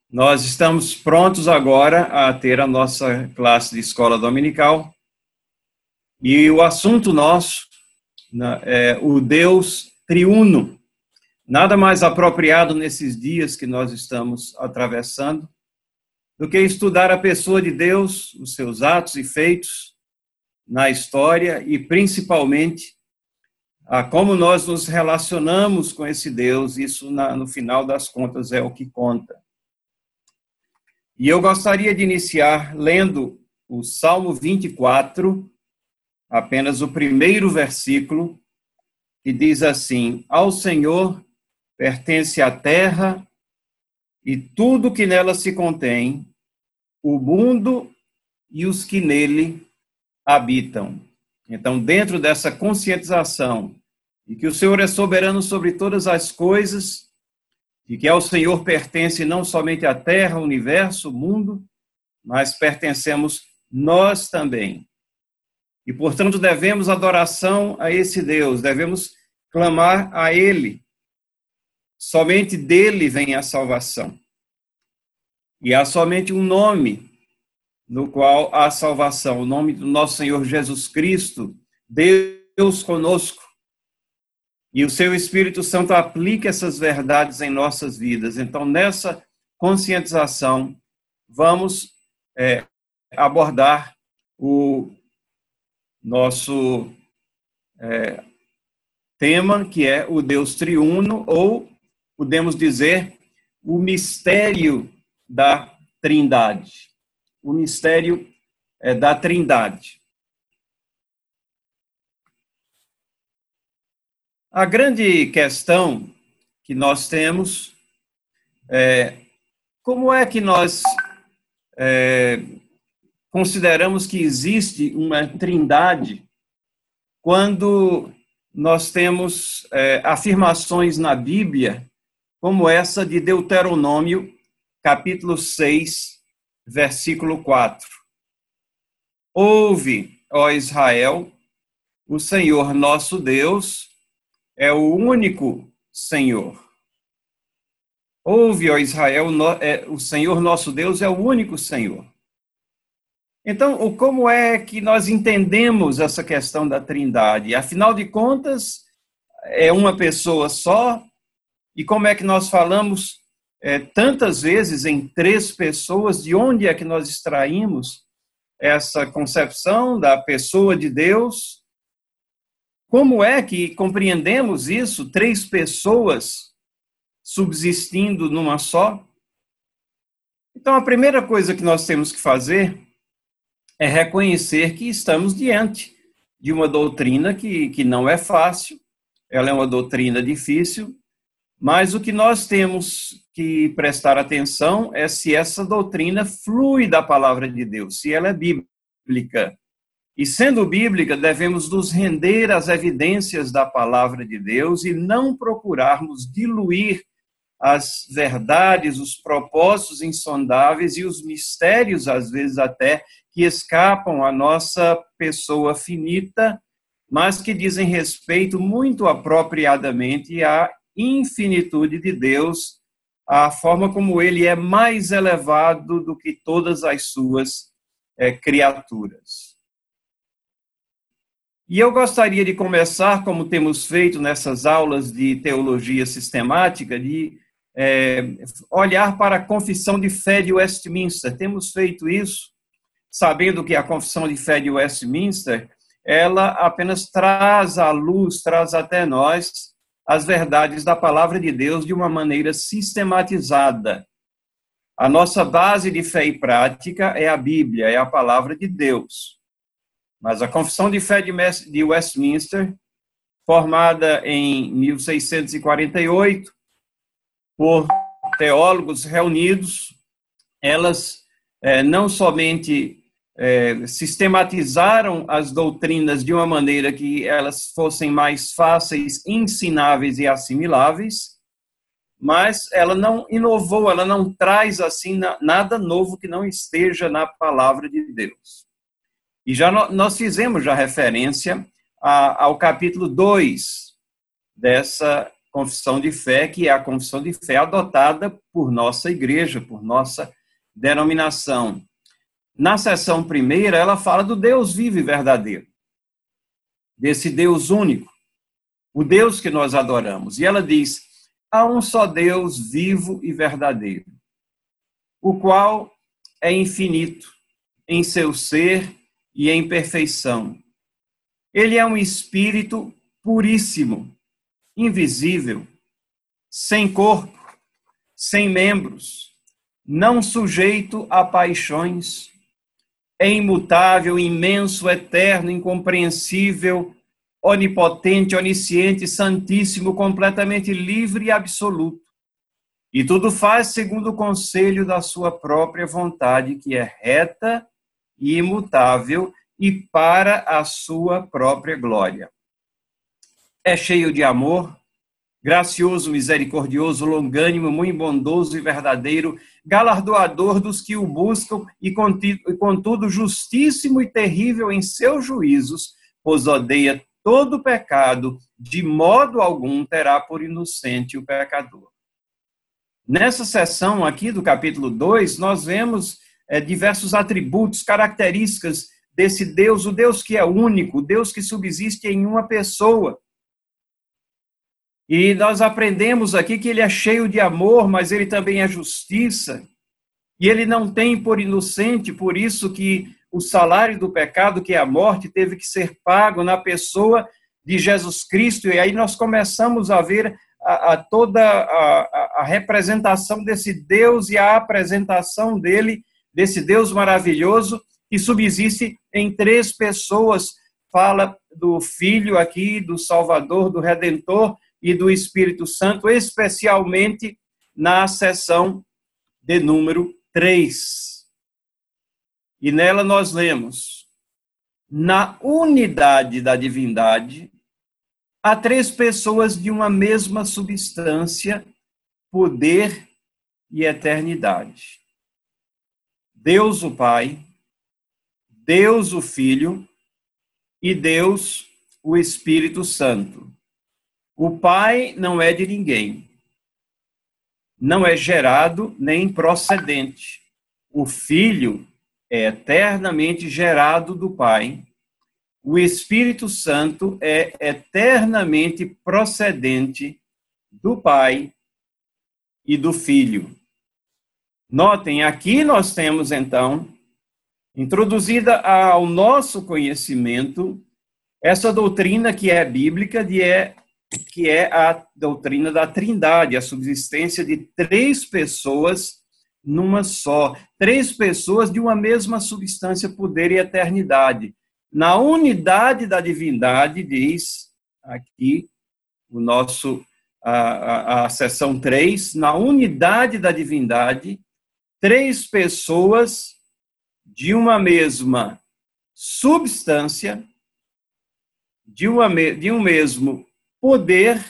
Nós estamos prontos agora a ter a nossa classe de escola dominical e o assunto nosso é o Deus triuno. Nada mais apropriado nesses dias que nós estamos atravessando do que estudar a pessoa de Deus, os seus atos e feitos na história e principalmente a como nós nos relacionamos com esse Deus. Isso, no final das contas, é o que conta. E eu gostaria de iniciar lendo o Salmo 24, apenas o primeiro versículo, que diz assim: Ao Senhor pertence a terra e tudo que nela se contém, o mundo e os que nele habitam. Então, dentro dessa conscientização de que o Senhor é soberano sobre todas as coisas, de que ao Senhor pertence não somente a terra, o universo, o mundo, mas pertencemos nós também. E, portanto, devemos adoração a esse Deus, devemos clamar a Ele. Somente dele vem a salvação. E há somente um nome no qual há salvação, o nome do nosso Senhor Jesus Cristo, Deus conosco. E o seu Espírito Santo aplica essas verdades em nossas vidas. Então, nessa conscientização, vamos abordar o nosso tema, que é o Deus triuno, ou podemos dizer o mistério da Trindade. O mistério da Trindade. A grande questão que nós temos é como é que nós consideramos que existe uma trindade quando nós temos afirmações na Bíblia como essa de Deuteronômio, capítulo 6, versículo 4. Ouve, ó Israel, o Senhor nosso Deus é o único Senhor. Ouve, ó Israel, o Senhor nosso Deus é o único Senhor. Então, como é que nós entendemos essa questão da Trindade? Afinal de contas, é uma pessoa só? E como é que nós falamos tantas vezes em três pessoas? De onde é que nós extraímos essa concepção da pessoa de Deus? Como é que compreendemos isso? Três pessoas subsistindo numa só? Então, a primeira coisa que nós temos que fazer é reconhecer que estamos diante de uma doutrina que não é fácil, ela é uma doutrina difícil, mas o que nós temos que prestar atenção é se essa doutrina flui da palavra de Deus, se ela é bíblica. E sendo bíblica, devemos nos render às evidências da palavra de Deus e não procurarmos diluir as verdades, os propósitos insondáveis e os mistérios, às vezes até, que escapam à nossa pessoa finita, mas que dizem respeito muito apropriadamente à infinitude de Deus, à forma como ele é mais elevado do que todas as suas criaturas. E eu gostaria de começar, como temos feito nessas aulas de teologia sistemática, de olhar para a Confissão de Fé de Westminster. Temos feito isso, sabendo que a Confissão de Fé de Westminster, ela apenas traz à luz, traz até nós as verdades da palavra de Deus de uma maneira sistematizada. A nossa base de fé e prática é a Bíblia, é a palavra de Deus. Mas a Confissão de Fé de Westminster, formada em 1648, por teólogos reunidos, elas não somente sistematizaram as doutrinas de uma maneira que elas fossem mais fáceis, ensináveis e assimiláveis, mas ela não inovou, ela não traz assim nada novo que não esteja na palavra de Deus. E nós fizemos já referência ao capítulo 2 dessa confissão de fé, que é a confissão de fé adotada por nossa igreja, por nossa denominação. Na seção primeira, ela fala do Deus vivo e verdadeiro, desse Deus único, o Deus que nós adoramos. E ela diz: há um só Deus vivo e verdadeiro, o qual é infinito em seu ser e em perfeição. Ele é um espírito puríssimo, invisível, sem corpo, sem membros, não sujeito a paixões, é imutável, imenso, eterno, incompreensível, onipotente, onisciente, santíssimo, completamente livre e absoluto. E tudo faz segundo o conselho da sua própria vontade, que é reta e imutável, e para a sua própria glória. É cheio de amor, gracioso, misericordioso, longânimo, muito bondoso e verdadeiro, galardoador dos que o buscam e, contudo, justíssimo e terrível em seus juízos, pois odeia todo pecado, de modo algum terá por inocente o pecador. Nessa seção aqui do capítulo 2, nós vemos diversos atributos, características desse Deus, o Deus que é único, o Deus que subsiste em uma pessoa. E nós aprendemos aqui que ele é cheio de amor, mas ele também é justiça. E ele não tem por inocente, por isso que o salário do pecado, que é a morte, teve que ser pago na pessoa de Jesus Cristo. E aí nós começamos a ver toda a representação desse Deus e a apresentação dele, desse Deus maravilhoso, que subsiste em três pessoas. Fala do Filho aqui, do Salvador, do Redentor e do Espírito Santo, especialmente na seção de número 3. E nela nós lemos: na unidade da divindade, há três pessoas de uma mesma substância, poder e eternidade. Deus o Pai, Deus o Filho e Deus o Espírito Santo. O Pai não é de ninguém, não é gerado nem procedente. O Filho é eternamente gerado do Pai. O Espírito Santo é eternamente procedente do Pai e do Filho. Notem, aqui nós temos, então, introduzida ao nosso conhecimento essa doutrina que é bíblica, que é a doutrina da Trindade, a subsistência de três pessoas numa só, três pessoas de uma mesma substância, poder e eternidade. Na unidade da divindade, diz aqui o nosso a seção 3, na unidade da divindade, três pessoas de uma mesma substância, de um mesmo poder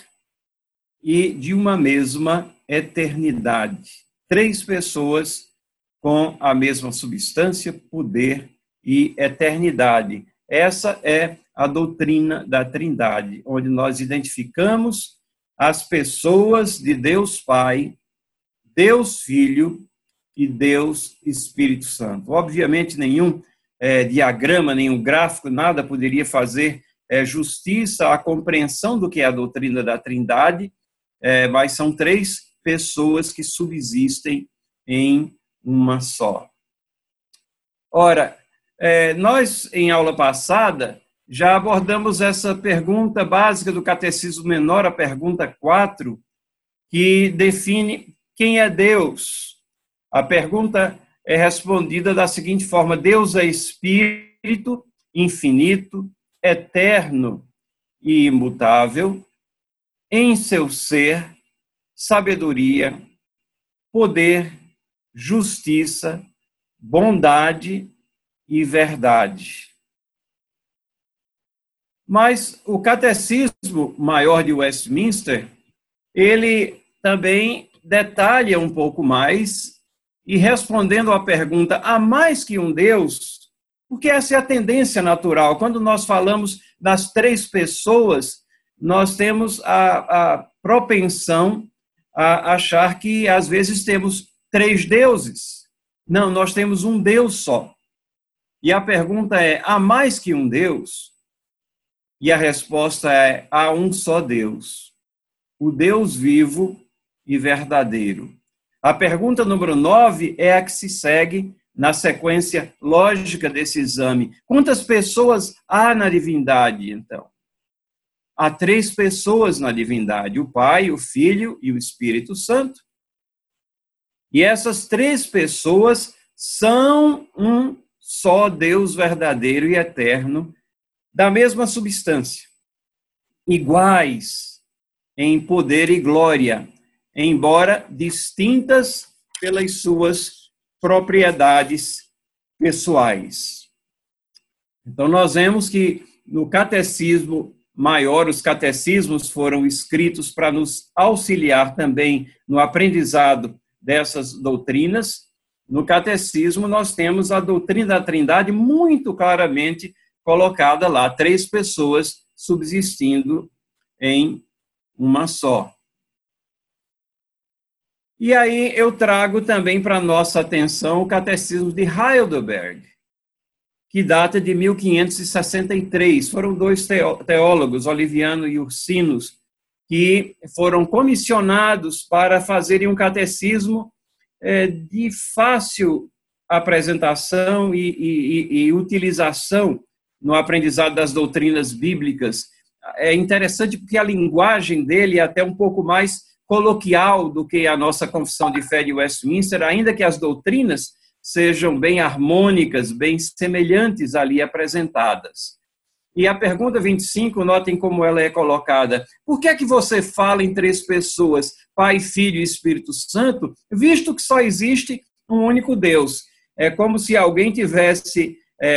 e de uma mesma eternidade. Três pessoas com a mesma substância, poder e eternidade. Essa é a doutrina da Trindade, onde nós identificamos as pessoas de Deus Pai, Deus Filho e Deus Espírito Santo. Obviamente, nenhum diagrama, nenhum gráfico, nada poderia fazer justiça à compreensão do que é a doutrina da Trindade, mas são três pessoas que subsistem em uma só. Ora, nós, em aula passada, já abordamos essa pergunta básica do Catecismo Menor, a pergunta 4, que define quem é Deus. A pergunta é respondida da seguinte forma: Deus é Espírito, infinito, eterno e imutável, em seu ser, sabedoria, poder, justiça, bondade e verdade. Mas o Catecismo Maior de Westminster, ele também detalha um pouco mais, e respondendo à pergunta: há mais que um Deus? Porque essa é a tendência natural. Quando nós falamos das três pessoas, nós temos a propensão a achar que, às vezes, temos 3 deuses. Não, nós temos um Deus só. E a pergunta é, há mais que um Deus? E a resposta é, há um só Deus, o Deus vivo e verdadeiro. A pergunta número 9 é a que se segue na sequência lógica desse exame. Quantas pessoas há na divindade, então? Há 3 pessoas na divindade, o Pai, o Filho e o Espírito Santo. E essas 3 pessoas são um só Deus verdadeiro e eterno, da mesma substância, iguais em poder e glória, embora distintas pelas suas propriedades pessoais. Então, nós vemos que no Catecismo Maior, os catecismos foram escritos para nos auxiliar também no aprendizado dessas doutrinas. No Catecismo, nós temos a doutrina da Trindade muito claramente colocada lá, 3 pessoas subsistindo em uma só. E aí eu trago também para nossa atenção o Catecismo de Heidelberg, que data de 1563. Foram 2 teólogos, Oliviano e Ursinus, que foram comissionados para fazerem um catecismo de fácil apresentação e utilização no aprendizado das doutrinas bíblicas. É interessante porque a linguagem dele é até um pouco mais coloquial do que a nossa Confissão de Fé de Westminster, ainda que as doutrinas sejam bem harmônicas, bem semelhantes ali apresentadas. E a pergunta 25, notem como ela é colocada. Por que é que você fala em 3 pessoas, Pai, Filho e Espírito Santo, visto que só existe um único Deus? É como se alguém tivesse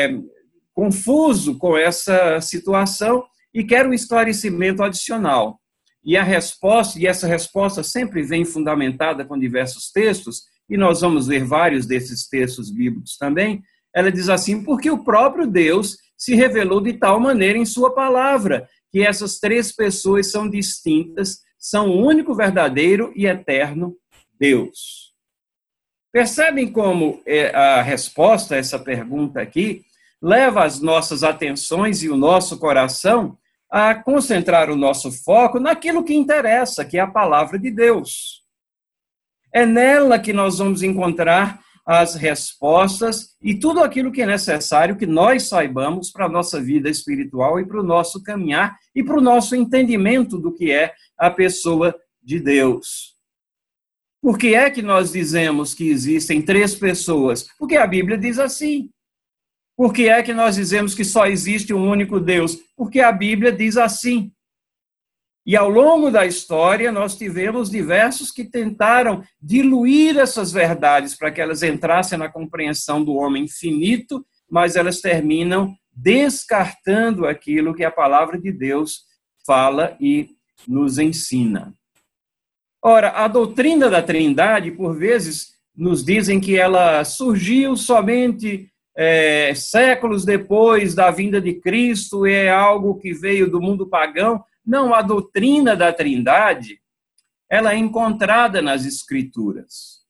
confuso com essa situação e quer um esclarecimento adicional. E essa resposta sempre vem fundamentada com diversos textos, e nós vamos ver vários desses textos bíblicos também. Ela diz assim, porque o próprio Deus se revelou de tal maneira em sua palavra, que essas 3 pessoas são distintas, são o único verdadeiro e eterno Deus. Percebem como a resposta a essa pergunta aqui leva as nossas atenções e o nosso coração a concentrar o nosso foco naquilo que interessa, que é a palavra de Deus. É nela que nós vamos encontrar as respostas e tudo aquilo que é necessário que nós saibamos para a nossa vida espiritual e para o nosso caminhar e para o nosso entendimento do que é a pessoa de Deus. Por que é que nós dizemos que existem 3 pessoas? Porque a Bíblia diz assim. Por que é que nós dizemos que só existe um único Deus? Porque a Bíblia diz assim. E ao longo da história, nós tivemos diversos que tentaram diluir essas verdades para que elas entrassem na compreensão do homem finito, mas elas terminam descartando aquilo que a palavra de Deus fala e nos ensina. Ora, a doutrina da Trindade, por vezes, nos dizem que ela surgiu somente séculos depois da vinda de Cristo, é algo que veio do mundo pagão. Não, a doutrina da Trindade, ela é encontrada nas Escrituras.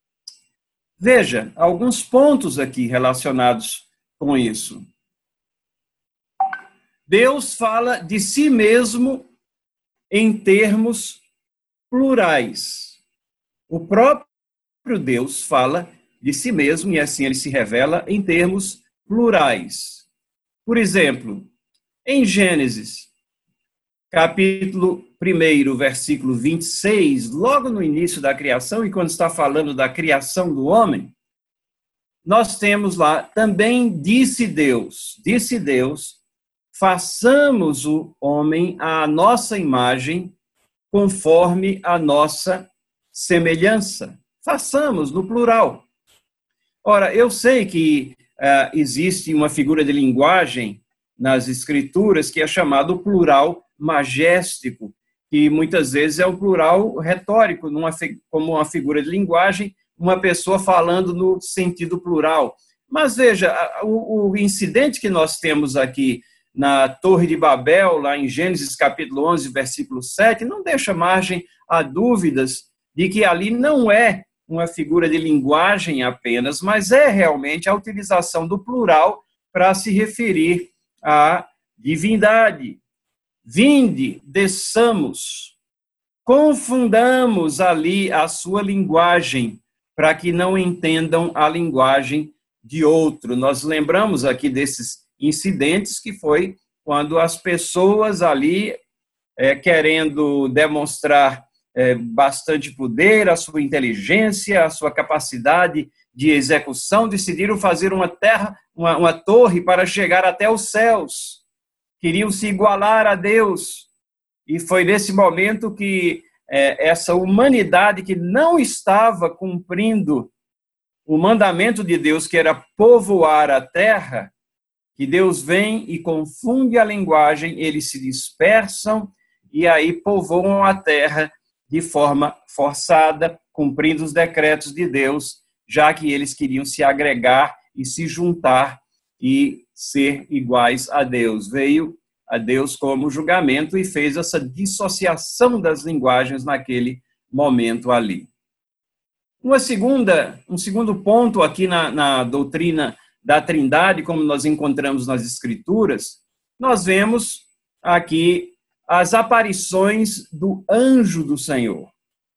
Veja, alguns pontos aqui relacionados com isso. Deus fala de si mesmo em termos plurais. O próprio Deus fala de si mesmo, e assim ele se revela em termos plurais. Por exemplo, em Gênesis, capítulo 1, versículo 26, logo no início da criação, e quando está falando da criação do homem, nós temos lá, também disse Deus, façamos o homem à nossa imagem, conforme a nossa semelhança. Façamos, no plural. Ora, eu sei que existe uma figura de linguagem nas Escrituras que é chamado plural majéstico, que muitas vezes é um plural retórico, como uma figura de linguagem, uma pessoa falando no sentido plural. Mas veja, o incidente que nós temos aqui na Torre de Babel, lá em Gênesis capítulo 11, versículo 7, não deixa margem a dúvidas de que ali não é uma figura de linguagem apenas, mas é realmente a utilização do plural para se referir à divindade. Vinde, desçamos, confundamos ali a sua linguagem, para que não entendam a linguagem de outro. Nós lembramos aqui desses incidentes que foi quando as pessoas ali, querendo demonstrar bastante poder, a sua inteligência, a sua capacidade de execução, decidiram fazer uma torre para chegar até os céus. Queriam se igualar a Deus. E foi nesse momento que essa humanidade que não estava cumprindo o mandamento de Deus, que era povoar a terra, que Deus vem e confunde a linguagem, eles se dispersam e aí povoam a terra de forma forçada, cumprindo os decretos de Deus, já que eles queriam se agregar e se juntar e ser iguais a Deus. Veio a Deus como julgamento e fez essa dissociação das linguagens naquele momento ali. Um segundo ponto aqui na doutrina da Trindade, como nós encontramos nas Escrituras, nós vemos aqui as aparições do anjo do Senhor.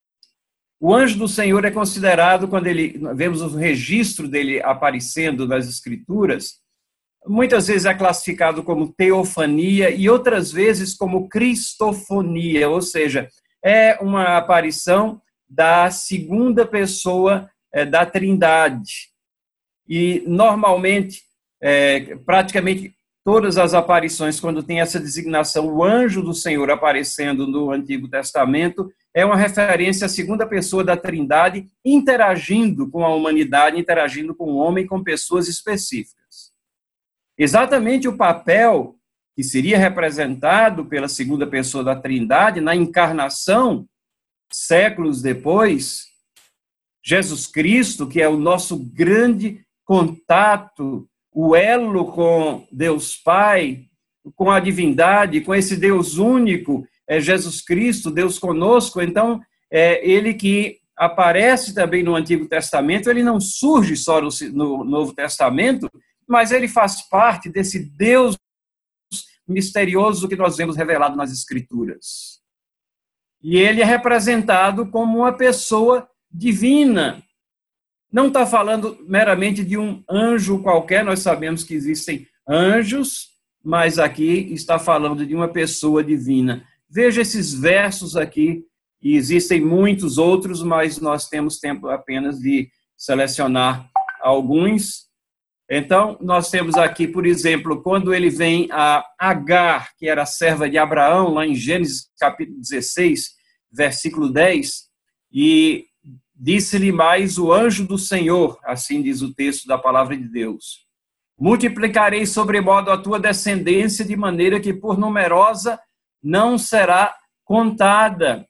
O anjo do Senhor é considerado, quando vemos o registro dele aparecendo nas Escrituras, muitas vezes é classificado como teofania e outras vezes como cristofonia, ou seja, é uma aparição da segunda pessoa da Trindade. E, normalmente, praticamente todas as aparições, quando tem essa designação, o anjo do Senhor aparecendo no Antigo Testamento, é uma referência à segunda pessoa da Trindade interagindo com a humanidade, interagindo com o homem, com pessoas específicas. Exatamente o papel que seria representado pela segunda pessoa da Trindade na encarnação, séculos depois, Jesus Cristo, que é o nosso grande contato, o elo com Deus Pai, com a divindade, com esse Deus único, é Jesus Cristo, Deus conosco. Então, ele que aparece também no Antigo Testamento, ele não surge só no Novo Testamento, mas ele faz parte desse Deus misterioso que nós vemos revelado nas Escrituras. E ele é representado como uma pessoa divina. Não está falando meramente de um anjo qualquer, nós sabemos que existem anjos, mas aqui está falando de uma pessoa divina. Veja esses versos aqui, e existem muitos outros, mas nós temos tempo apenas de selecionar alguns. Então, nós temos aqui, por exemplo, quando ele vem a Agar, que era a serva de Abraão, lá em Gênesis capítulo 16, versículo 10, e disse-lhe mais o anjo do Senhor, assim diz o texto da palavra de Deus: multiplicarei sobremodo a tua descendência, de maneira que por numerosa não será contada.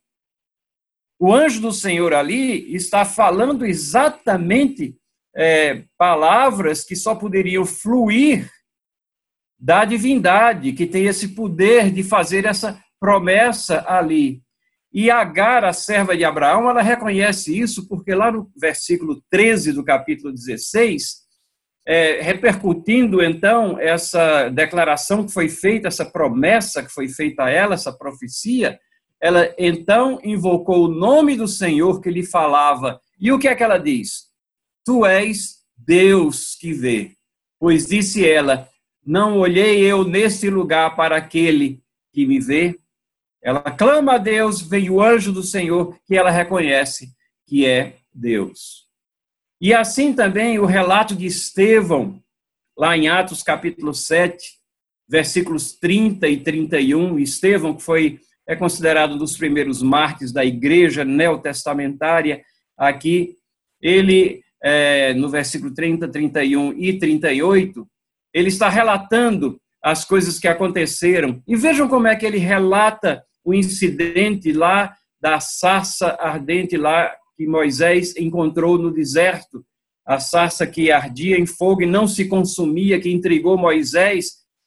O anjo do Senhor ali está falando exatamente palavras que só poderiam fluir da divindade, que tem esse poder de fazer essa promessa ali. E Agar, a serva de Abraão, ela reconhece isso, porque lá no versículo 13 do capítulo 16, repercutindo então essa declaração que foi feita, essa promessa que foi feita a ela, essa profecia, ela então invocou o nome do Senhor que lhe falava. E o que é que ela diz? Tu és Deus que vê. Pois disse ela, não olhei eu neste lugar para aquele que me vê. Ela clama a Deus, vem o anjo do Senhor, que ela reconhece que é Deus. E assim também o relato de Estevão, lá em Atos capítulo 7, versículos 30 e 31, Estevão, que é considerado um dos primeiros mártires da igreja neotestamentária, aqui, ele, no versículo 30, 31 e 38, ele está relatando as coisas que aconteceram. E vejam como é que ele relata o incidente lá da sarça ardente lá que Moisés encontrou no deserto, a sarça que ardia em fogo e não se consumia, que intrigou Moisés,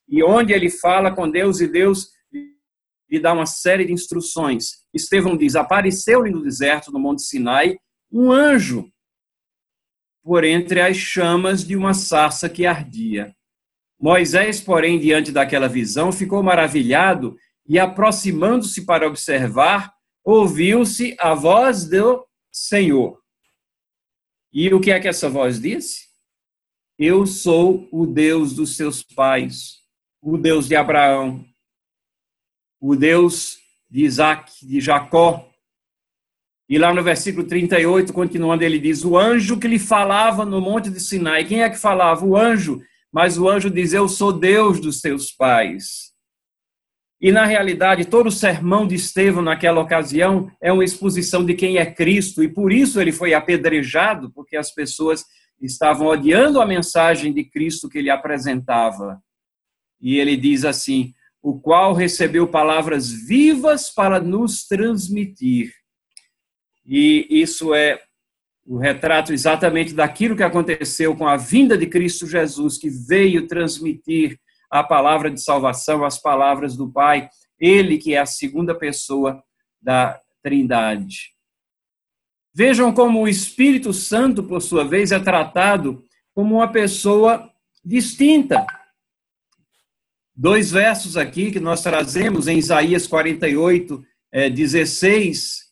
e onde ele fala com Deus e Deus lhe dá uma série de instruções. Estevão diz: apareceu-lhe no deserto, no Monte Sinai, um anjo por entre as chamas de uma sarça que ardia. Moisés, porém, diante daquela visão, ficou maravilhado e, aproximando-se para observar, ouviu-se a voz do Senhor. E o que é que essa voz disse? Eu sou o Deus dos seus pais, o Deus de Abraão, o Deus de Isaac, de Jacó. E lá no versículo 38, continuando, ele diz: o anjo que lhe falava no monte de Sinai. Quem é que falava? O anjo. Mas o anjo diz: eu sou Deus dos teus pais. E, na realidade, todo o sermão de Estevão naquela ocasião é uma exposição de quem é Cristo, e por isso ele foi apedrejado, porque as pessoas estavam odiando a mensagem de Cristo que ele apresentava. E ele diz assim: o qual recebeu palavras vivas para nos transmitir. E isso é o retrato exatamente daquilo que aconteceu com a vinda de Cristo Jesus, que veio transmitir a palavra de salvação, as palavras do Pai, ele que é a segunda pessoa da Trindade. Vejam como o Espírito Santo, por sua vez, é tratado como uma pessoa distinta. 2 versos aqui que nós trazemos em Isaías 48, 16.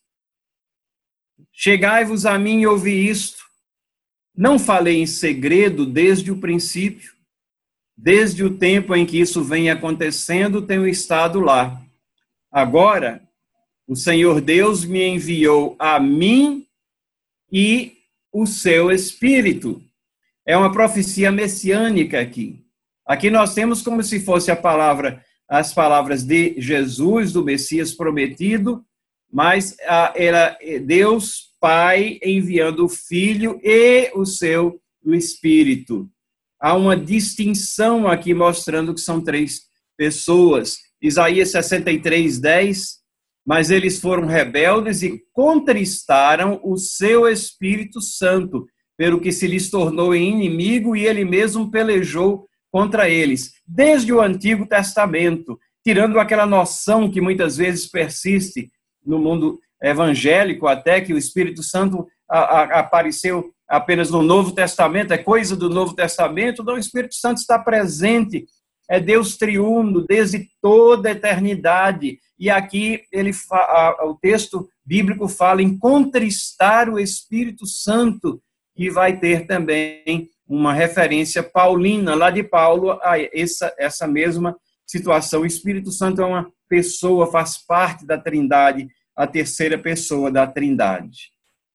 Chegai-vos a mim e ouvi isto. Não falei em segredo desde o princípio. Desde o tempo em que isso vem acontecendo, tenho estado lá. Agora, o Senhor Deus me enviou a mim e o seu Espírito. É uma profecia messiânica aqui. Aqui nós temos como se fosse as palavras de Jesus, do Messias prometido, mas era Deus Pai enviando o Filho e o Espírito. Há uma distinção aqui mostrando que são 3 pessoas. Isaías 63, 10. Mas eles foram rebeldes e contristaram o seu Espírito Santo, pelo que se lhes tornou inimigo e ele mesmo pelejou contra eles. Desde o Antigo Testamento, tirando aquela noção que muitas vezes persiste no mundo evangélico, até que o Espírito Santo apareceu apenas no Novo Testamento, é coisa do Novo Testamento. Não, o Espírito Santo está presente, é Deus triuno desde toda a eternidade. E aqui o texto bíblico fala em contristar o Espírito Santo, que vai ter também uma referência paulina, lá de Paulo, a essa mesma situação. O Espírito Santo é uma pessoa, faz parte da Trindade, a terceira pessoa da Trindade.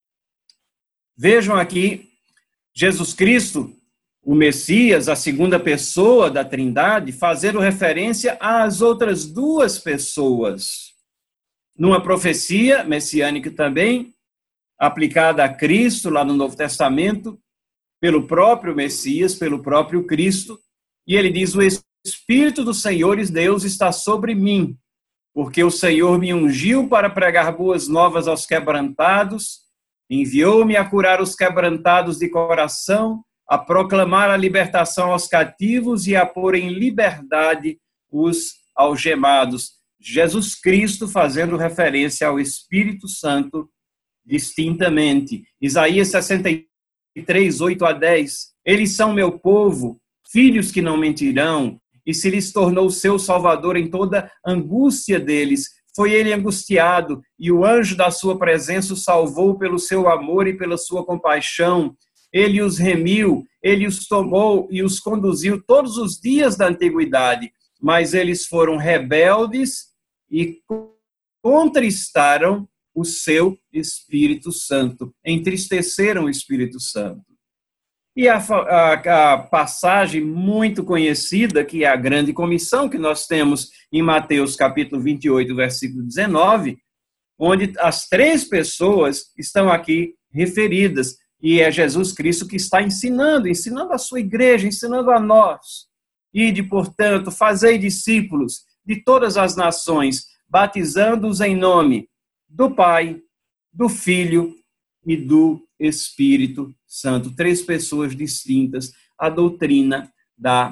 Vejam aqui, Jesus Cristo, o Messias, a segunda pessoa da Trindade, fazendo referência às outras 2 pessoas. Numa profecia messiânica também, aplicada a Cristo, lá no Novo Testamento, pelo próprio Messias, pelo próprio Cristo, e ele diz: o Espírito do Senhor Deus está sobre mim, porque o Senhor me ungiu para pregar boas novas aos quebrantados, enviou-me a curar os quebrantados de coração, a proclamar a libertação aos cativos e a pôr em liberdade os algemados. Jesus Cristo fazendo referência ao Espírito Santo distintamente. Isaías 63, 8 a 10. Eles são meu povo, filhos que não mentirão, e se lhes tornou seu Salvador em toda angústia deles. Foi ele angustiado, e o anjo da sua presença o salvou pelo seu amor e pela sua compaixão. Ele os remiu, ele os tomou e os conduziu todos os dias da antiguidade, mas eles foram rebeldes e contristaram o seu Espírito Santo, entristeceram o Espírito Santo. E a passagem muito conhecida, que é a grande comissão, que nós temos em Mateus capítulo 28, versículo 19, onde as 3 pessoas estão aqui referidas, e é Jesus Cristo que está ensinando a sua igreja, ensinando a nós. Ide, portanto, fazei discípulos de todas as nações, batizando-os em nome do Pai, do Filho e do Espírito Santo. 3 pessoas distintas, a doutrina da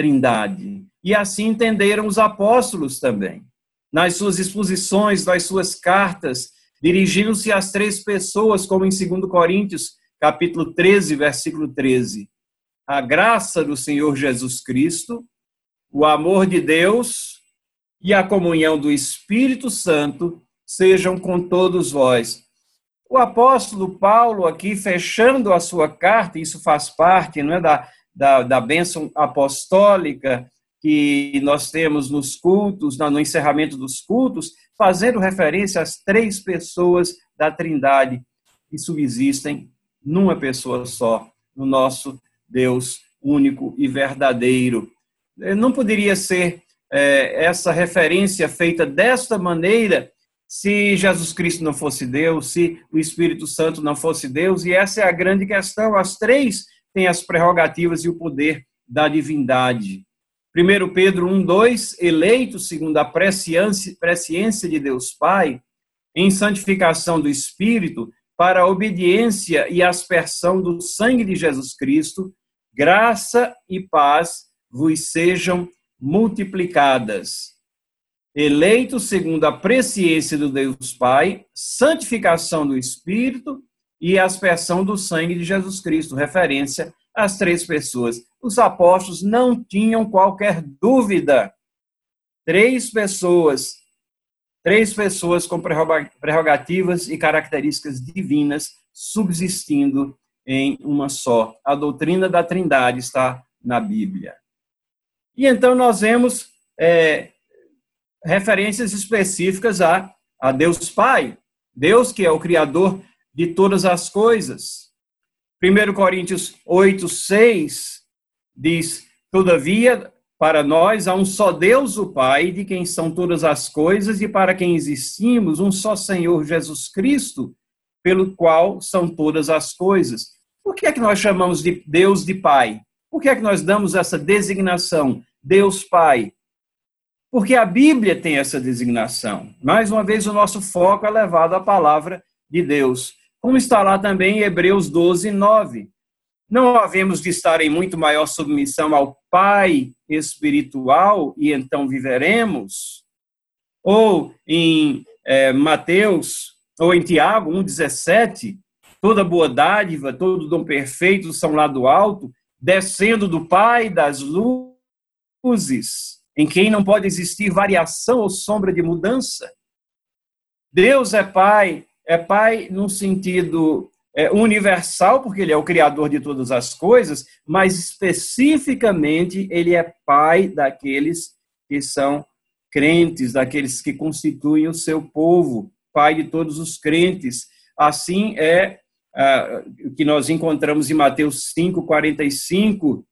Trindade. E assim entenderam os apóstolos também. Nas suas exposições, nas suas cartas, dirigiram-se às três pessoas, como em 2 Coríntios, capítulo 13, versículo 13. A graça do Senhor Jesus Cristo, o amor de Deus e a comunhão do Espírito Santo sejam com todos vós. O apóstolo Paulo, aqui fechando a sua carta, isso faz parte, não é, da bênção apostólica que nós temos nos cultos, no encerramento dos cultos, fazendo referência às três pessoas da Trindade que subsistem numa pessoa só, no nosso Deus único e verdadeiro. Não poderia ser essa referência feita desta maneira se Jesus Cristo não fosse Deus, se o Espírito Santo não fosse Deus, e essa é a grande questão. As três têm as prerrogativas e o poder da divindade. 1 Pedro 1:2, eleitos segundo a presciência de Deus Pai, em santificação do Espírito, para a obediência e aspersão do sangue de Jesus Cristo, graça e paz vos sejam multiplicadas. Eleitos segundo a presciência do Deus Pai, santificação do Espírito e aspersão do sangue de Jesus Cristo, referência às três pessoas. Os apóstolos não tinham qualquer dúvida. Três pessoas com prerrogativas e características divinas subsistindo em uma só. A doutrina da Trindade está na Bíblia. E então nós vemos referências específicas a Deus Pai, Deus que é o Criador de todas as coisas. 1 Coríntios 8:6 diz, todavia, para nós há um só Deus, o Pai, de quem são todas as coisas e para quem existimos, um só Senhor Jesus Cristo, pelo qual são todas as coisas. Por que é que nós chamamos de Deus de Pai? Por que é que nós damos essa designação, Deus Pai? Porque a Bíblia tem essa designação. Mais uma vez, o nosso foco é levado à palavra de Deus. Como está lá também em Hebreus 12:9. Não havemos de estar em muito maior submissão ao Pai espiritual e então viveremos? Ou em Mateus, ou em Tiago 1:17, toda boa dádiva, todo dom perfeito são lá do alto, descendo do Pai das luzes, em quem não pode existir variação ou sombra de mudança. Deus é Pai num sentido universal, porque Ele é o Criador de todas as coisas, mas especificamente Ele é Pai daqueles que são crentes, daqueles que constituem o seu povo, Pai de todos os crentes. Assim é o que nós encontramos em Mateus 5:45,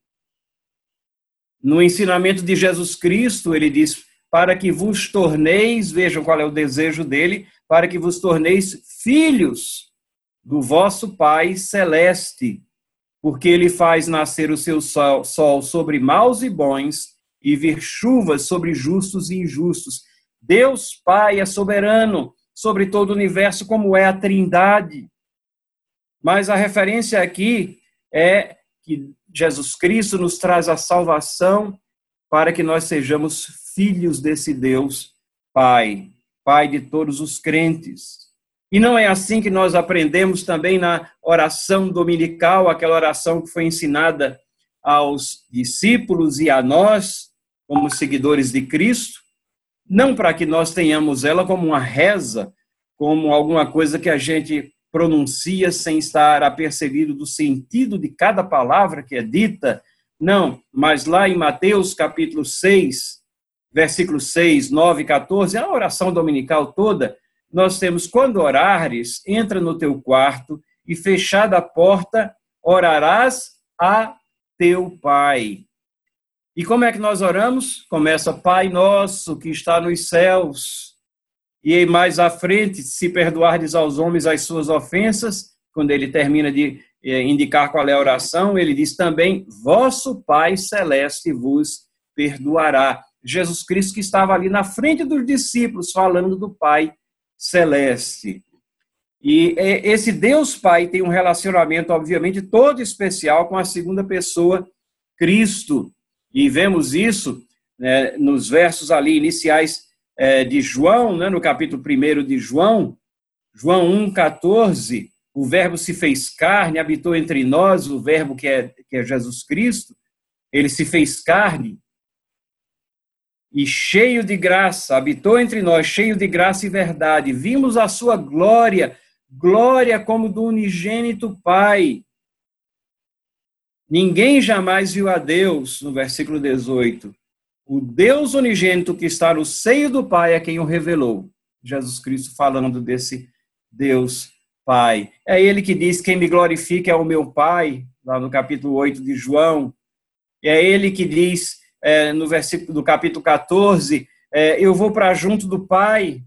no ensinamento de Jesus Cristo, ele diz, para que vos torneis, vejam qual é o desejo dele, para que vos torneis filhos do vosso Pai celeste, porque ele faz nascer o seu sol sobre maus e bons e vir chuvas sobre justos e injustos. Deus Pai é soberano sobre todo o universo, como é a Trindade. Mas a referência aqui é que Jesus Cristo nos traz a salvação para que nós sejamos filhos desse Deus Pai, Pai de todos os crentes. E não é assim que nós aprendemos também na oração dominical, aquela oração que foi ensinada aos discípulos e a nós, como seguidores de Cristo, não para que nós tenhamos ela como uma reza, como alguma coisa que a gente pronuncia sem estar apercebido do sentido de cada palavra que é dita, não, mas lá em Mateus capítulo 6, versículos 6, 9 e 14, a oração dominical toda, nós temos, quando orares, entra no teu quarto e fechada a porta, orarás a teu Pai. E como é que nós oramos? Começa, Pai nosso que está nos céus. E aí mais à frente, se perdoardes aos homens as suas ofensas, quando ele termina de indicar qual é a oração, ele diz também, vosso Pai celeste vos perdoará. Jesus Cristo que estava ali na frente dos discípulos, falando do Pai celeste. E esse Deus Pai tem um relacionamento, obviamente, todo especial com a segunda pessoa, Cristo. E vemos isso, né, nos versos ali iniciais de João, né, no capítulo 1 de João, João 1,14, o verbo se fez carne, habitou entre nós, o verbo que é Jesus Cristo, ele se fez carne e cheio de graça, habitou entre nós, cheio de graça e verdade. Vimos a sua glória, glória como do unigênito Pai. Ninguém jamais viu a Deus, no versículo 18. O Deus unigênito que está no seio do Pai é quem o revelou. Jesus Cristo falando desse Deus Pai. É ele que diz, quem me glorifica é o meu Pai, lá no capítulo 8 de João. É ele que diz, no versículo do capítulo 14, eu vou para junto do Pai.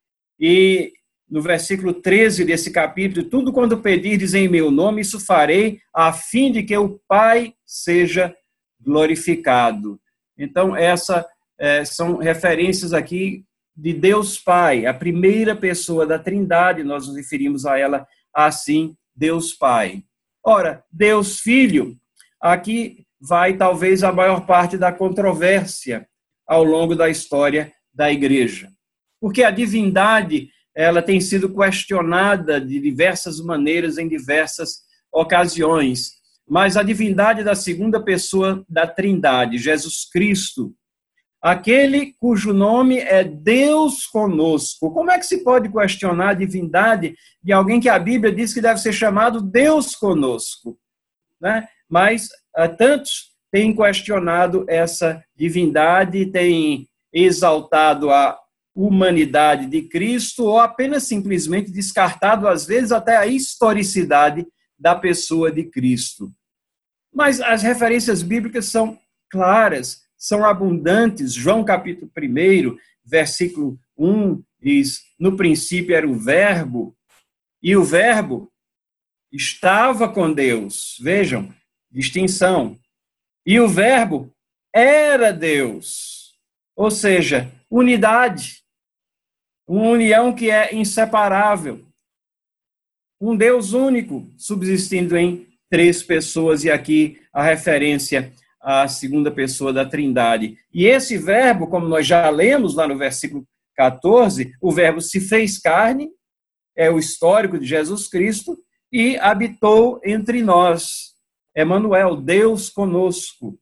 E no versículo 13 desse capítulo, tudo quando pedirdes em meu nome, isso farei, a fim de que o Pai seja glorificado. Então, essas são referências aqui de Deus Pai, a primeira pessoa da Trindade, nós nos referimos a ela assim, Deus Pai. Ora, Deus Filho, aqui vai talvez a maior parte da controvérsia ao longo da história da igreja. Porque a divindade, ela tem sido questionada de diversas maneiras, em diversas ocasiões. Mas a divindade da segunda pessoa da Trindade, Jesus Cristo, aquele cujo nome é Deus conosco. Como é que se pode questionar a divindade de alguém que a Bíblia diz que deve ser chamado Deus conosco? Né? Mas tantos têm questionado essa divindade, têm exaltado a humanidade de Cristo ou apenas simplesmente descartado, às vezes, até a historicidade da pessoa de Cristo. Mas as referências bíblicas são claras, são abundantes. João capítulo 1, versículo 1, diz, no princípio era o verbo, e o verbo estava com Deus. Vejam, distinção. E o verbo era Deus. Ou seja, unidade. Uma união que é inseparável. Um Deus único, subsistindo em 3 pessoas, e aqui a referência à segunda pessoa da Trindade. E esse verbo, como nós já lemos lá no versículo 14, o verbo se fez carne, é o histórico de Jesus Cristo, e habitou entre nós. Emanuel, Deus conosco.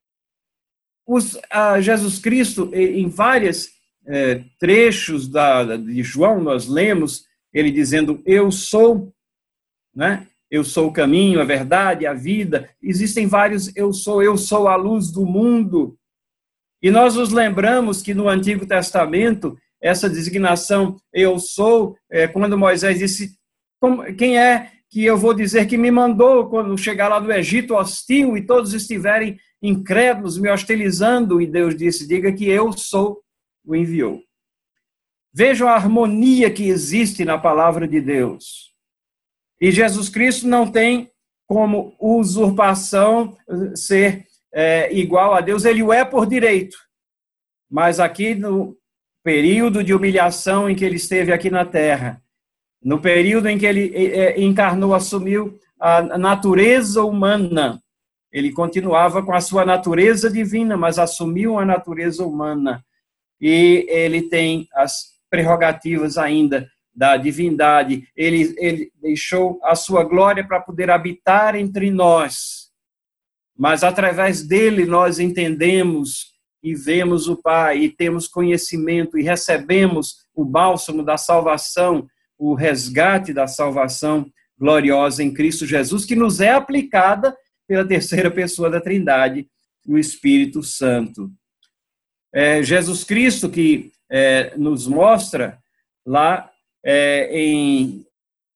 Jesus Cristo, em vários trechos de João, nós lemos ele dizendo, eu sou, né? Eu sou o caminho, a verdade, a vida. Existem vários eu sou a luz do mundo. E nós nos lembramos que no Antigo Testamento, essa designação eu sou, quando Moisés disse, quem é que eu vou dizer que me mandou quando chegar lá do Egito hostil e todos estiverem incrédulos, me hostilizando? E Deus disse, diga que eu sou, o enviou. Vejam a harmonia que existe na palavra de Deus. E Jesus Cristo não tem como usurpação ser igual a Deus, ele o é por direito. Mas aqui no período de humilhação em que ele esteve aqui na terra, no período em que ele encarnou, assumiu a natureza humana, ele continuava com a sua natureza divina, mas assumiu a natureza humana. E ele tem as prerrogativas ainda da divindade. Ele deixou a sua glória para poder habitar entre nós. Mas através dele nós entendemos e vemos o Pai, e temos conhecimento, e recebemos o bálsamo da salvação, o resgate da salvação gloriosa em Cristo Jesus, que nos é aplicada pela terceira pessoa da Trindade, o Espírito Santo. Jesus Cristo que nos mostra lá em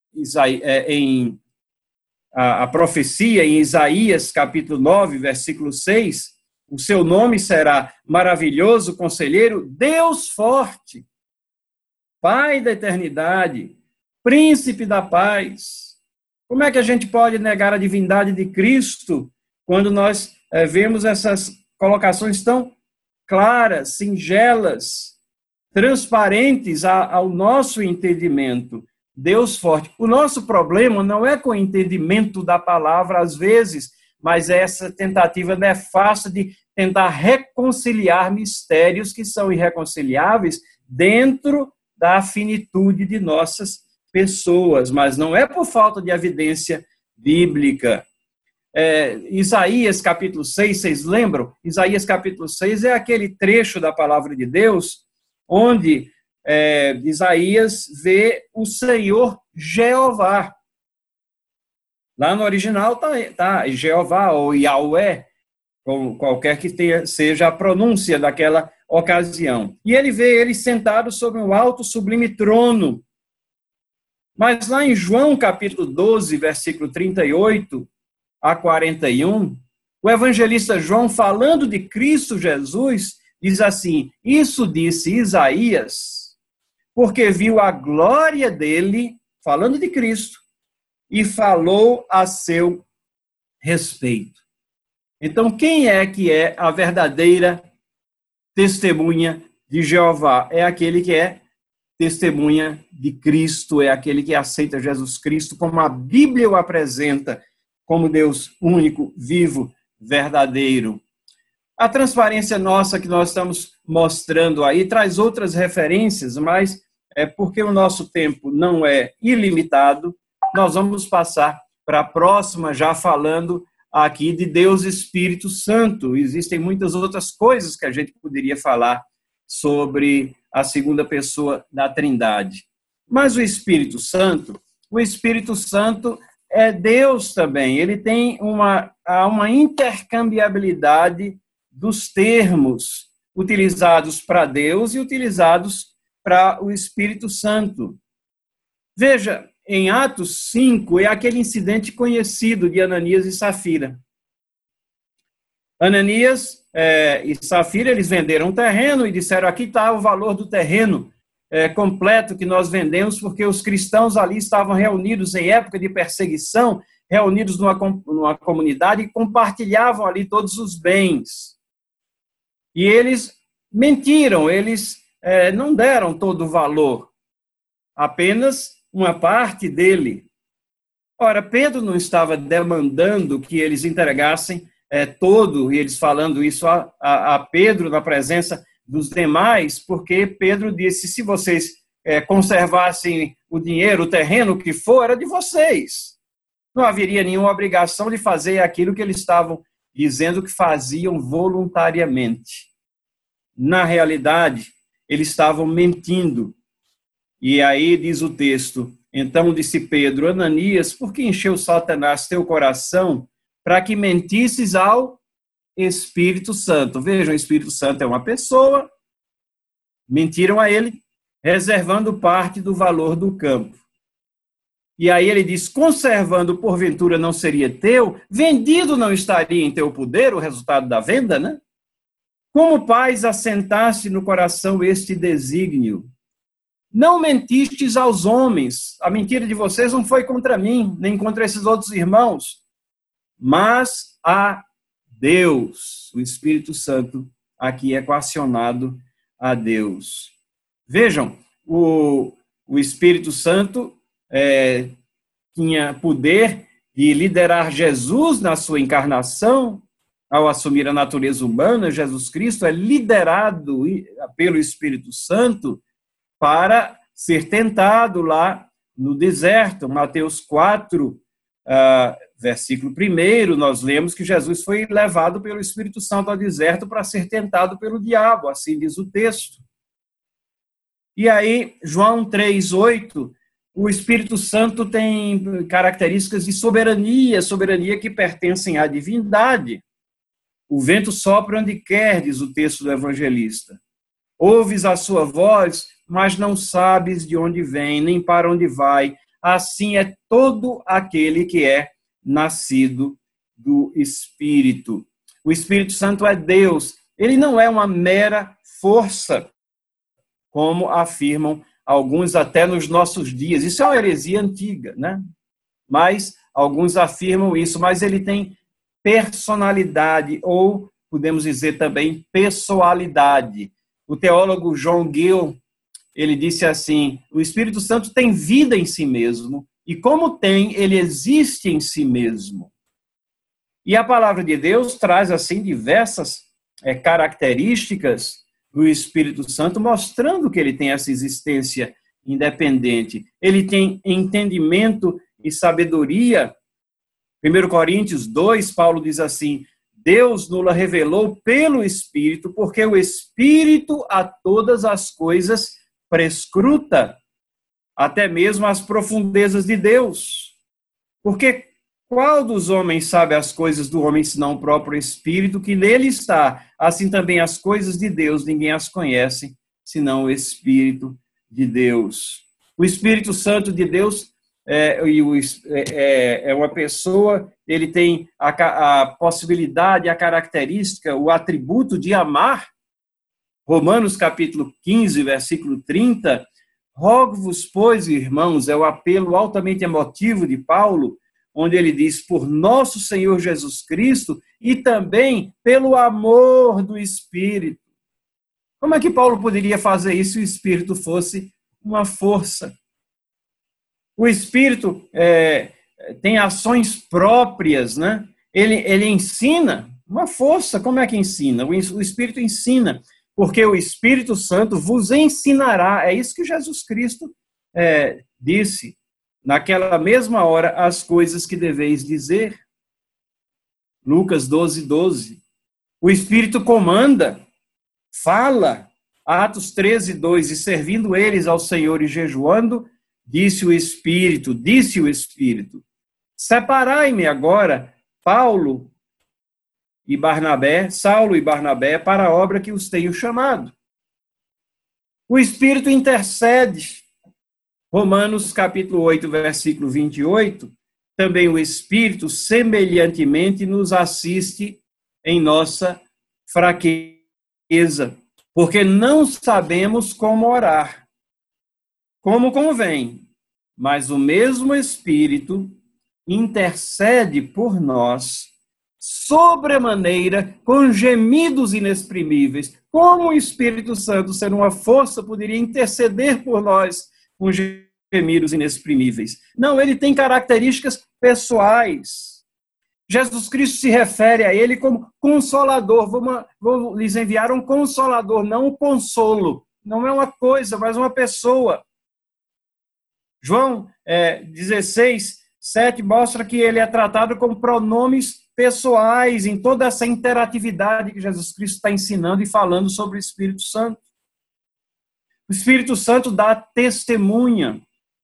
a profecia em Isaías capítulo 9, versículo 6, o seu nome será maravilhoso, conselheiro, Deus forte, Pai da eternidade, príncipe da paz. Como é que a gente pode negar a divindade de Cristo quando nós vemos essas colocações tão claras, singelas, transparentes ao nosso entendimento? Deus forte. O nosso problema não é com o entendimento da palavra, às vezes, mas é essa tentativa nefasta de tentar reconciliar mistérios que são irreconciliáveis dentro da finitude de nossas pessoas, mas não é por falta de evidência bíblica. Isaías capítulo 6, vocês lembram? Isaías capítulo 6 é aquele trecho da palavra de Deus onde Isaías vê o Senhor Jeová. Lá no original tá Jeová ou Yahweh, qualquer que seja a pronúncia daquela ocasião. E ele vê ele sentado sobre um alto sublime trono. Mas lá em João capítulo 12, versículo 38 a 41, o evangelista João, falando de Cristo Jesus, diz assim: isso disse Isaías, porque viu a glória dele, falando de Cristo, e falou a seu respeito. Então, quem é que é a verdadeira testemunha de Jeová? É aquele que é testemunha de Cristo, é aquele que aceita Jesus Cristo como a Bíblia o apresenta, como Deus único, vivo, verdadeiro. A transparência nossa que nós estamos mostrando aí traz outras referências, mas porque o nosso tempo não é ilimitado, nós vamos passar para a próxima, já falando aqui de Deus Espírito Santo. Existem muitas outras coisas que a gente poderia falar sobre a segunda pessoa da Trindade. Mas o Espírito Santo é Deus também. Ele tem uma intercambiabilidade dos termos utilizados para Deus e utilizados para o Espírito Santo. Veja, em Atos 5, é aquele incidente conhecido de Ananias e Safira. Ananias e Safira, eles venderam um terreno e disseram: aqui está o valor do terreno completo que nós vendemos, porque os cristãos ali estavam reunidos em época de perseguição, reunidos numa comunidade e compartilhavam ali todos os bens. E eles mentiram, eles não deram todo o valor, apenas uma parte dele. Ora, Pedro não estava demandando que eles entregassem todo, e eles falando isso a Pedro na presença dos demais, porque Pedro disse: se vocês conservassem o dinheiro, o terreno, o que for, era de vocês. Não haveria nenhuma obrigação de fazer aquilo que eles estavam dizendo que faziam voluntariamente. Na realidade, eles estavam mentindo. E aí diz o texto: então disse Pedro: Ananias, por que encheu Satanás teu coração para que mentisses ao Espírito Santo? Vejam, o Espírito Santo é uma pessoa, mentiram a ele, reservando parte do valor do campo. E aí ele diz: conservando porventura não seria teu, vendido não estaria em teu poder, o resultado da venda, né? Como, pais, assentaste no coração este desígnio? Não mentistes aos homens, a mentira de vocês não foi contra mim, nem contra esses outros irmãos, mas a Deus. O Espírito Santo aqui é equacionado a Deus. Vejam, o Espírito Santo tinha poder de liderar Jesus na sua encarnação. Ao assumir a natureza humana, Jesus Cristo é liderado pelo Espírito Santo para ser tentado lá no deserto. Mateus 4, versículo 1, nós lemos que Jesus foi levado pelo Espírito Santo ao deserto para ser tentado pelo diabo, assim diz o texto. E aí, João 3:8, o Espírito Santo tem características de soberania que pertencem à divindade. O vento sopra onde quer, diz o texto do evangelista. Ouves a sua voz, mas não sabes de onde vem, nem para onde vai. Assim é todo aquele que é nascido do Espírito. O Espírito Santo é Deus. Ele não é uma mera força, como afirmam alguns até nos nossos dias. Isso é uma heresia antiga, né? Mas alguns afirmam isso, mas ele tem personalidade, ou podemos dizer também pessoalidade. O teólogo John Gill, ele disse assim: o Espírito Santo tem vida em si mesmo, e como tem, ele existe em si mesmo. E a palavra de Deus traz assim diversas características do Espírito Santo, mostrando que ele tem essa existência independente. Ele tem entendimento e sabedoria. 1 Coríntios 2, Paulo diz assim: Deus nos revelou pelo Espírito, porque o Espírito a todas as coisas prescruta, até mesmo as profundezas de Deus. Porque qual dos homens sabe as coisas do homem, senão o próprio Espírito que nele está? Assim também as coisas de Deus, ninguém as conhece, senão o Espírito de Deus. O Espírito Santo de Deus é uma pessoa, ele tem a possibilidade, a característica, o atributo de amar. Romanos capítulo 15, versículo 30, rogo-vos, pois, irmãos, é o apelo altamente emotivo de Paulo, onde ele diz, por nosso Senhor Jesus Cristo e também pelo amor do Espírito. Como é que Paulo poderia fazer isso se o Espírito fosse uma força? O Espírito tem ações próprias, né? Ele ensina, uma força, como é que ensina? O Espírito ensina, porque o Espírito Santo vos ensinará, é isso que Jesus Cristo disse, naquela mesma hora, as coisas que deveis dizer. Lucas 12, 12. O Espírito comanda, fala. Atos 13, 2. E servindo eles ao Senhor e jejuando, disse o Espírito, separai-me agora, Saulo e Barnabé, para a obra que os tenho chamado. O Espírito intercede. Romanos capítulo 8, versículo 28, também o Espírito semelhantemente nos assiste em nossa fraqueza, porque não sabemos como orar, como convém, mas o mesmo Espírito intercede por nós sobremaneira com gemidos inexprimíveis. Como o Espírito Santo, sendo uma força, poderia interceder por nós com gemidos inexprimíveis? Não, ele tem características pessoais. Jesus Cristo se refere a ele como consolador. Vou lhes enviar um consolador, não um consolo. Não é uma coisa, mas uma pessoa. João 16, 7 mostra que ele é tratado com pronomes pessoais em toda essa interatividade que Jesus Cristo está ensinando e falando sobre o Espírito Santo. O Espírito Santo dá testemunha.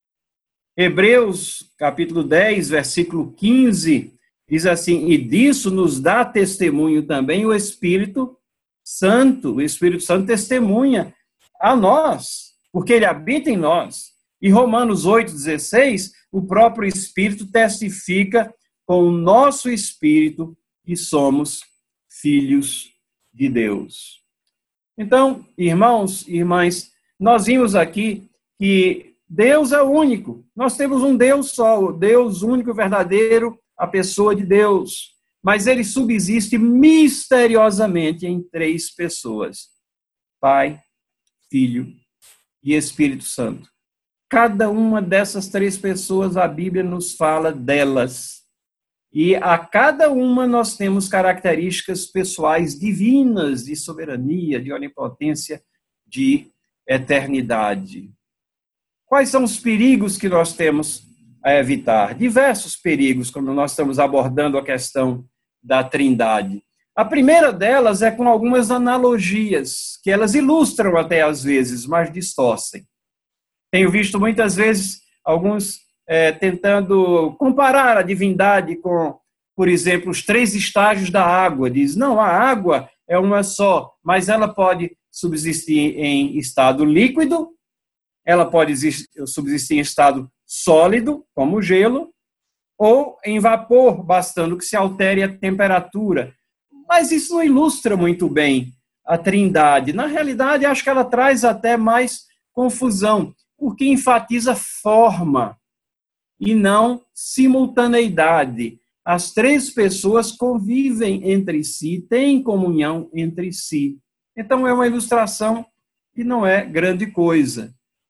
Hebreus, capítulo 10, versículo 15, diz assim, e disso nos dá testemunho também o Espírito Santo. O Espírito Santo testemunha a nós, porque ele habita em nós. E Romanos 8, 16, o próprio Espírito testifica com o nosso Espírito que somos filhos de Deus. Então, irmãos e irmãs, nós vimos aqui que Deus é único. Nós temos um Deus só, o Deus único, verdadeiro, a pessoa de Deus. Mas ele subsiste misteriosamente em 3 pessoas: Pai, Filho e Espírito Santo. Cada uma dessas 3 pessoas, a Bíblia nos fala delas. E a cada uma nós temos características pessoais divinas, de soberania, de onipotência, de eternidade. Quais são os perigos que nós temos a evitar? Diversos perigos, quando nós estamos abordando a questão da Trindade. A primeira delas é com algumas analogias, que elas ilustram até às vezes, mas distorcem. Tenho visto muitas vezes alguns tentando comparar a divindade com, por exemplo, os 3 estágios da água. Diz, não, a água é uma só, mas ela pode subsistir em estado líquido, ela pode subsistir em estado sólido, como o gelo, ou em vapor, bastando que se altere a temperatura. Mas isso não ilustra muito bem a Trindade. Na realidade, acho que ela traz até mais confusão, porque enfatiza forma e não simultaneidade. As 3 pessoas convivem entre si, têm comunhão entre si. Então, é uma ilustração que não é grande coisa.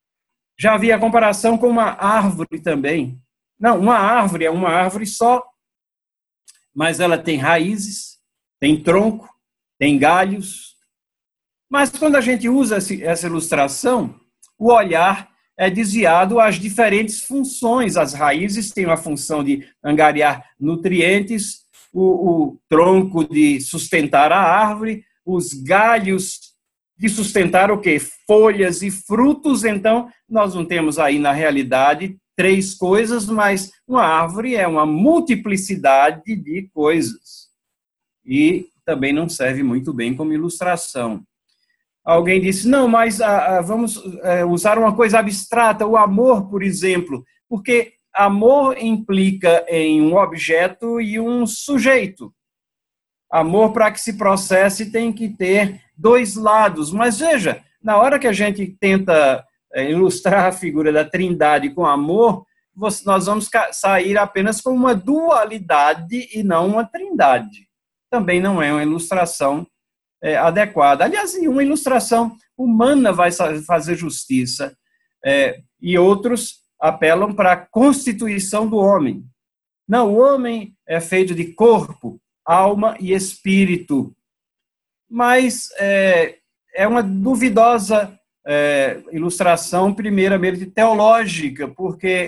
Já havia a comparação com uma árvore também. Não, uma árvore é uma árvore só, mas ela tem raízes, tem tronco, tem galhos. Mas quando a gente usa essa ilustração, o olhar é desviado às diferentes funções. As raízes têm a função de angariar nutrientes, o tronco de sustentar a árvore, os galhos de sustentar o quê? Folhas e frutos. Então, nós não temos aí, na realidade, 3 coisas, mas uma árvore é uma multiplicidade de coisas. E também não serve muito bem como ilustração. Alguém disse, não, mas vamos usar uma coisa abstrata, o amor, por exemplo, porque amor implica em um objeto e um sujeito. Amor, para que se processe, tem que ter 2 lados. Mas veja, na hora que a gente tenta ilustrar a figura da Trindade com amor, nós vamos sair apenas com uma dualidade e não uma trindade. Também não é uma ilustração adequada. Aliás, uma ilustração humana vai fazer justiça, e outros apelam para a constituição do homem. Não, o homem é feito de corpo, alma e espírito. Mas é uma duvidosa ilustração, primeiramente teológica, porque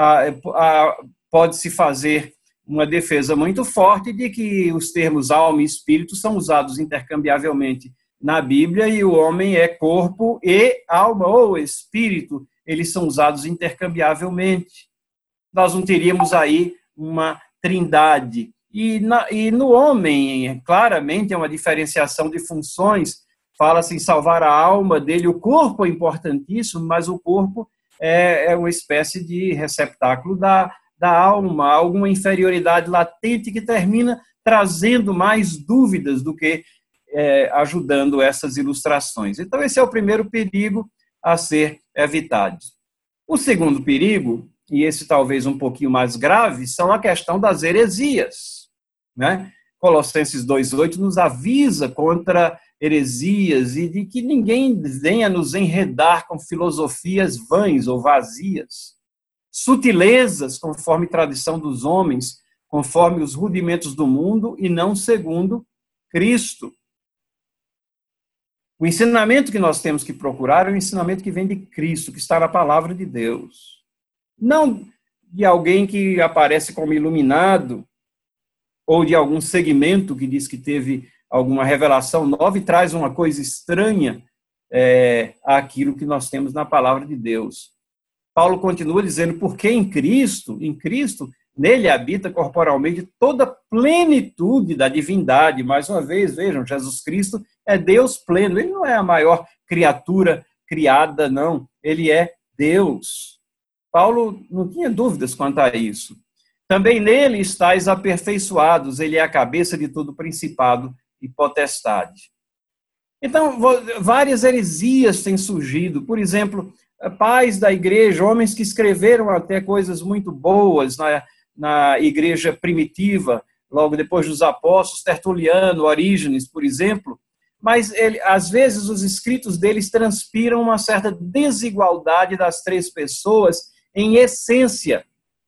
pode-se fazer uma defesa muito forte de que os termos alma e espírito são usados intercambiavelmente na Bíblia e o homem é corpo e alma ou espírito, eles são usados intercambiavelmente. Nós não teríamos aí uma trindade. E no homem, claramente, é uma diferenciação de funções. Fala-se em salvar a alma dele, o corpo é importantíssimo, mas o corpo é uma espécie de receptáculo da alma, alguma inferioridade latente que termina trazendo mais dúvidas do que ajudando essas ilustrações. Então, esse é o primeiro perigo a ser evitado. O segundo perigo, e esse talvez um pouquinho mais grave, são a questão das heresias, né? Colossenses 2,8 nos avisa contra heresias e de que ninguém venha nos enredar com filosofias vãs ou vazias, sutilezas conforme tradição dos homens, conforme os rudimentos do mundo e não segundo Cristo. O ensinamento que nós temos que procurar é o ensinamento que vem de Cristo, que está na palavra de Deus. Não de alguém que aparece como iluminado ou de algum segmento que diz que teve alguma revelação nova e traz uma coisa estranha àquilo que nós temos na palavra de Deus. Paulo continua dizendo, porque em Cristo, nele habita corporalmente toda a plenitude da divindade. Mais uma vez, vejam, Jesus Cristo é Deus pleno. Ele não é a maior criatura criada, não. Ele é Deus. Paulo não tinha dúvidas quanto a isso. Também nele estáis aperfeiçoados. Ele é a cabeça de todo principado e potestade. Então, várias heresias têm surgido. Por exemplo, pais da igreja, homens que escreveram até coisas muito boas na igreja primitiva, logo depois dos apóstolos, Tertuliano, Orígenes, por exemplo, mas às vezes os escritos deles transpiram uma certa desigualdade das 3 pessoas em essência.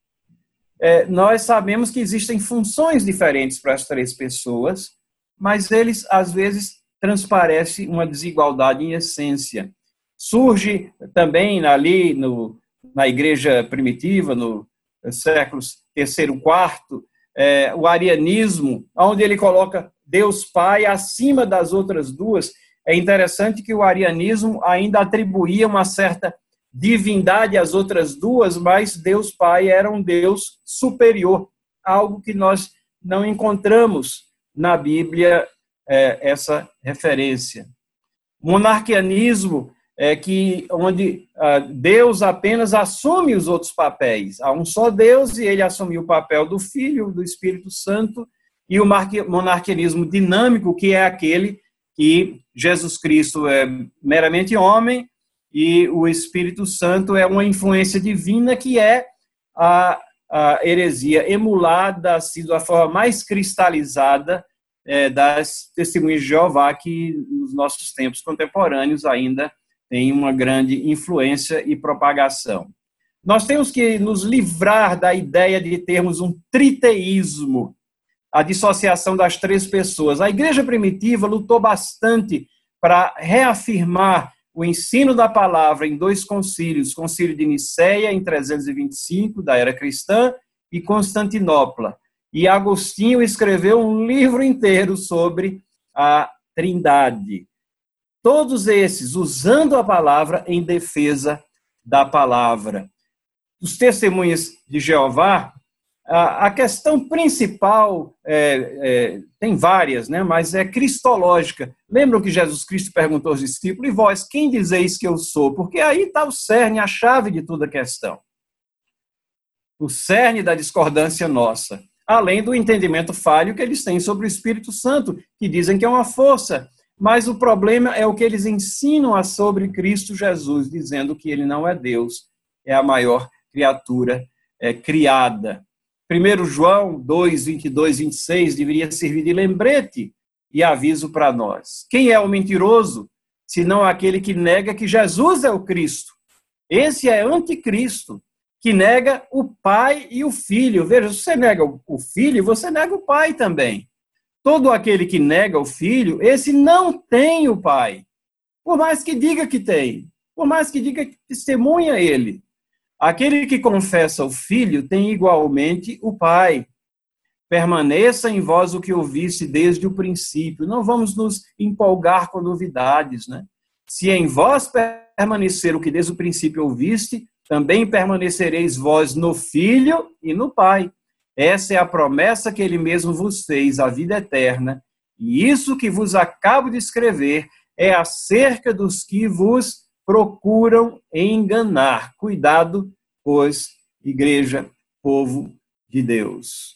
Nós sabemos que existem funções diferentes para as 3 pessoas, mas eles, às vezes, transparece uma desigualdade em essência. Surge também ali na igreja primitiva, nos séculos III e IV, o arianismo, onde ele coloca Deus Pai acima das outras 2. É interessante que o arianismo ainda atribuía uma certa divindade às outras 2, mas Deus Pai era um Deus superior, algo que nós não encontramos na Bíblia, essa referência. Monarquianismo, onde Deus apenas assume os outros papéis. Há um só Deus e ele assumiu o papel do Filho, do Espírito Santo, e o monarquianismo dinâmico, que é aquele que Jesus Cristo é meramente homem e o Espírito Santo é uma influência divina, que é a heresia emulada, assim, da forma mais cristalizada das Testemunhas de Jeová, que nos nossos tempos contemporâneos ainda tem uma grande influência e propagação. Nós temos que nos livrar da ideia de termos um triteísmo. a dissociação das três pessoas. A igreja primitiva lutou bastante para reafirmar o ensino da palavra em dois concílios, concílio de Nicéia, em 325, da era cristã, e Constantinopla. E Agostinho escreveu um livro inteiro sobre a Trindade. Todos esses usando a palavra em defesa da palavra. Os testemunhas de Jeová, a questão principal, tem várias, né, mas é cristológica. Lembram que Jesus Cristo perguntou aos discípulos, e vós, quem dizeis que eu sou? Porque aí está o cerne, a chave de toda a questão. O cerne da discordância nossa. Além do entendimento falho que eles têm sobre o Espírito Santo, que dizem que é uma força. Mas o problema é o que eles ensinam sobre Cristo Jesus, dizendo que ele não é Deus, é a maior criatura criada. 1 João 2, 22, 26 deveria servir de lembrete e aviso para nós. Quem é o mentiroso, senão aquele que nega que Jesus é o Cristo? Esse é anticristo, que nega o Pai e o Filho. Veja, se você nega o Filho, você nega o Pai também. Todo aquele que nega o Filho, esse não tem o Pai. Por mais que diga que tem, por mais que diga que testemunha ele. Aquele que confessa o Filho tem igualmente o Pai. Permaneça em vós o que ouviste desde o princípio. Não vamos nos empolgar com novidades, né? Se em vós permanecer o que desde o princípio ouviste, também permanecereis vós no Filho e no Pai. Essa é a promessa que ele mesmo vos fez, a vida eterna. E isso que vos acabo de escrever é acerca dos que vos procuram enganar. Cuidado, pois, igreja, povo de Deus.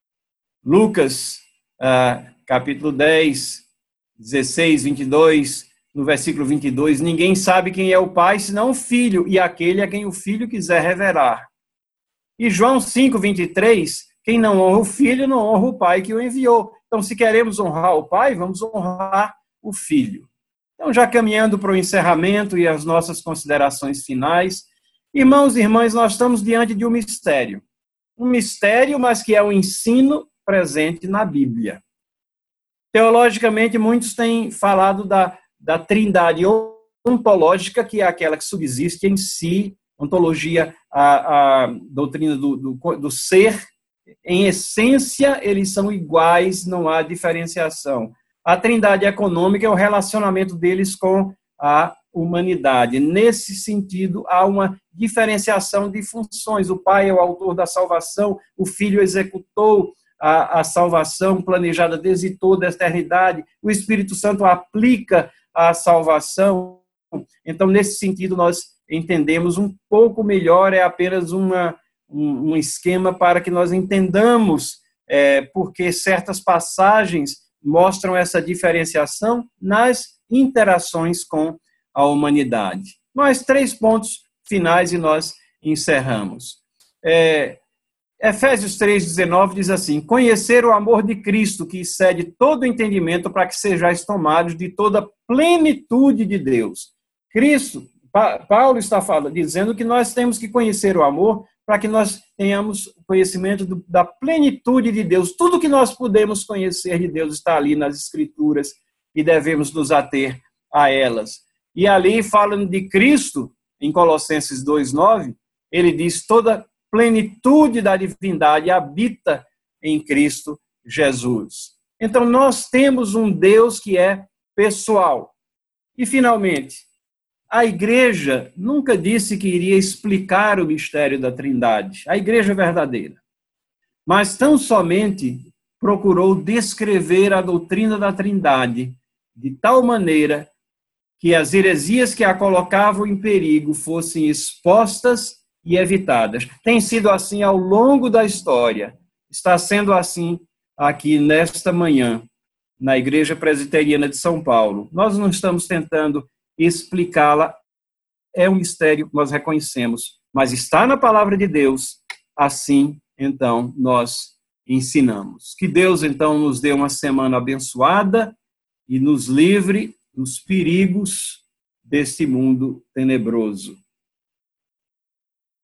Lucas, capítulo 10, 16, 22, no versículo 22, ninguém sabe quem é o Pai, senão o Filho, e aquele a quem o Filho quiser revelar. E João 5, 23, quem não honra o Filho, não honra o Pai que o enviou. Então, se queremos honrar o Pai, vamos honrar o Filho. Então, já caminhando para o encerramento e as nossas considerações finais, irmãos e irmãs, nós estamos diante de um mistério. Um mistério, mas que é o ensino presente na Bíblia. Teologicamente, muitos têm falado da trindade ontológica, que é aquela que subsiste em si, ontologia, a doutrina do ser. Em essência, eles são iguais, não há diferenciação. A trindade econômica é o relacionamento deles com a humanidade. Nesse sentido, há uma diferenciação de funções. O Pai é o autor da salvação, o Filho executou a salvação planejada desde toda a eternidade, o Espírito Santo aplica a salvação. Então, nesse sentido, nós entendemos um pouco melhor, é apenas um esquema para que nós entendamos porque certas passagens mostram essa diferenciação nas interações com a humanidade. Mais 3 pontos finais e nós encerramos. Efésios 3,19 diz assim, conhecer o amor de Cristo, que excede todo entendimento, para que sejais tomados de toda plenitude de Deus. Paulo está dizendo que nós temos que conhecer o amor para que nós tenhamos conhecimento da plenitude de Deus. Tudo que nós podemos conhecer de Deus está ali nas Escrituras e devemos nos ater a elas. E ali, falando de Cristo, em Colossenses 2,9, ele diz, toda plenitude da divindade habita em Cristo Jesus. Então, nós temos um Deus que é pessoal. E, finalmente, a igreja nunca disse que iria explicar o mistério da Trindade, a igreja verdadeira, mas tão somente procurou descrever a doutrina da Trindade de tal maneira que as heresias que a colocavam em perigo fossem expostas e evitadas. Tem sido assim ao longo da história, está sendo assim aqui nesta manhã, na Igreja Presbiteriana de São Paulo. Nós não estamos tentando explicá-la, é um mistério que nós reconhecemos, mas está na palavra de Deus, assim, então, nós ensinamos. Que Deus, então, nos dê uma semana abençoada e nos livre dos perigos deste mundo tenebroso.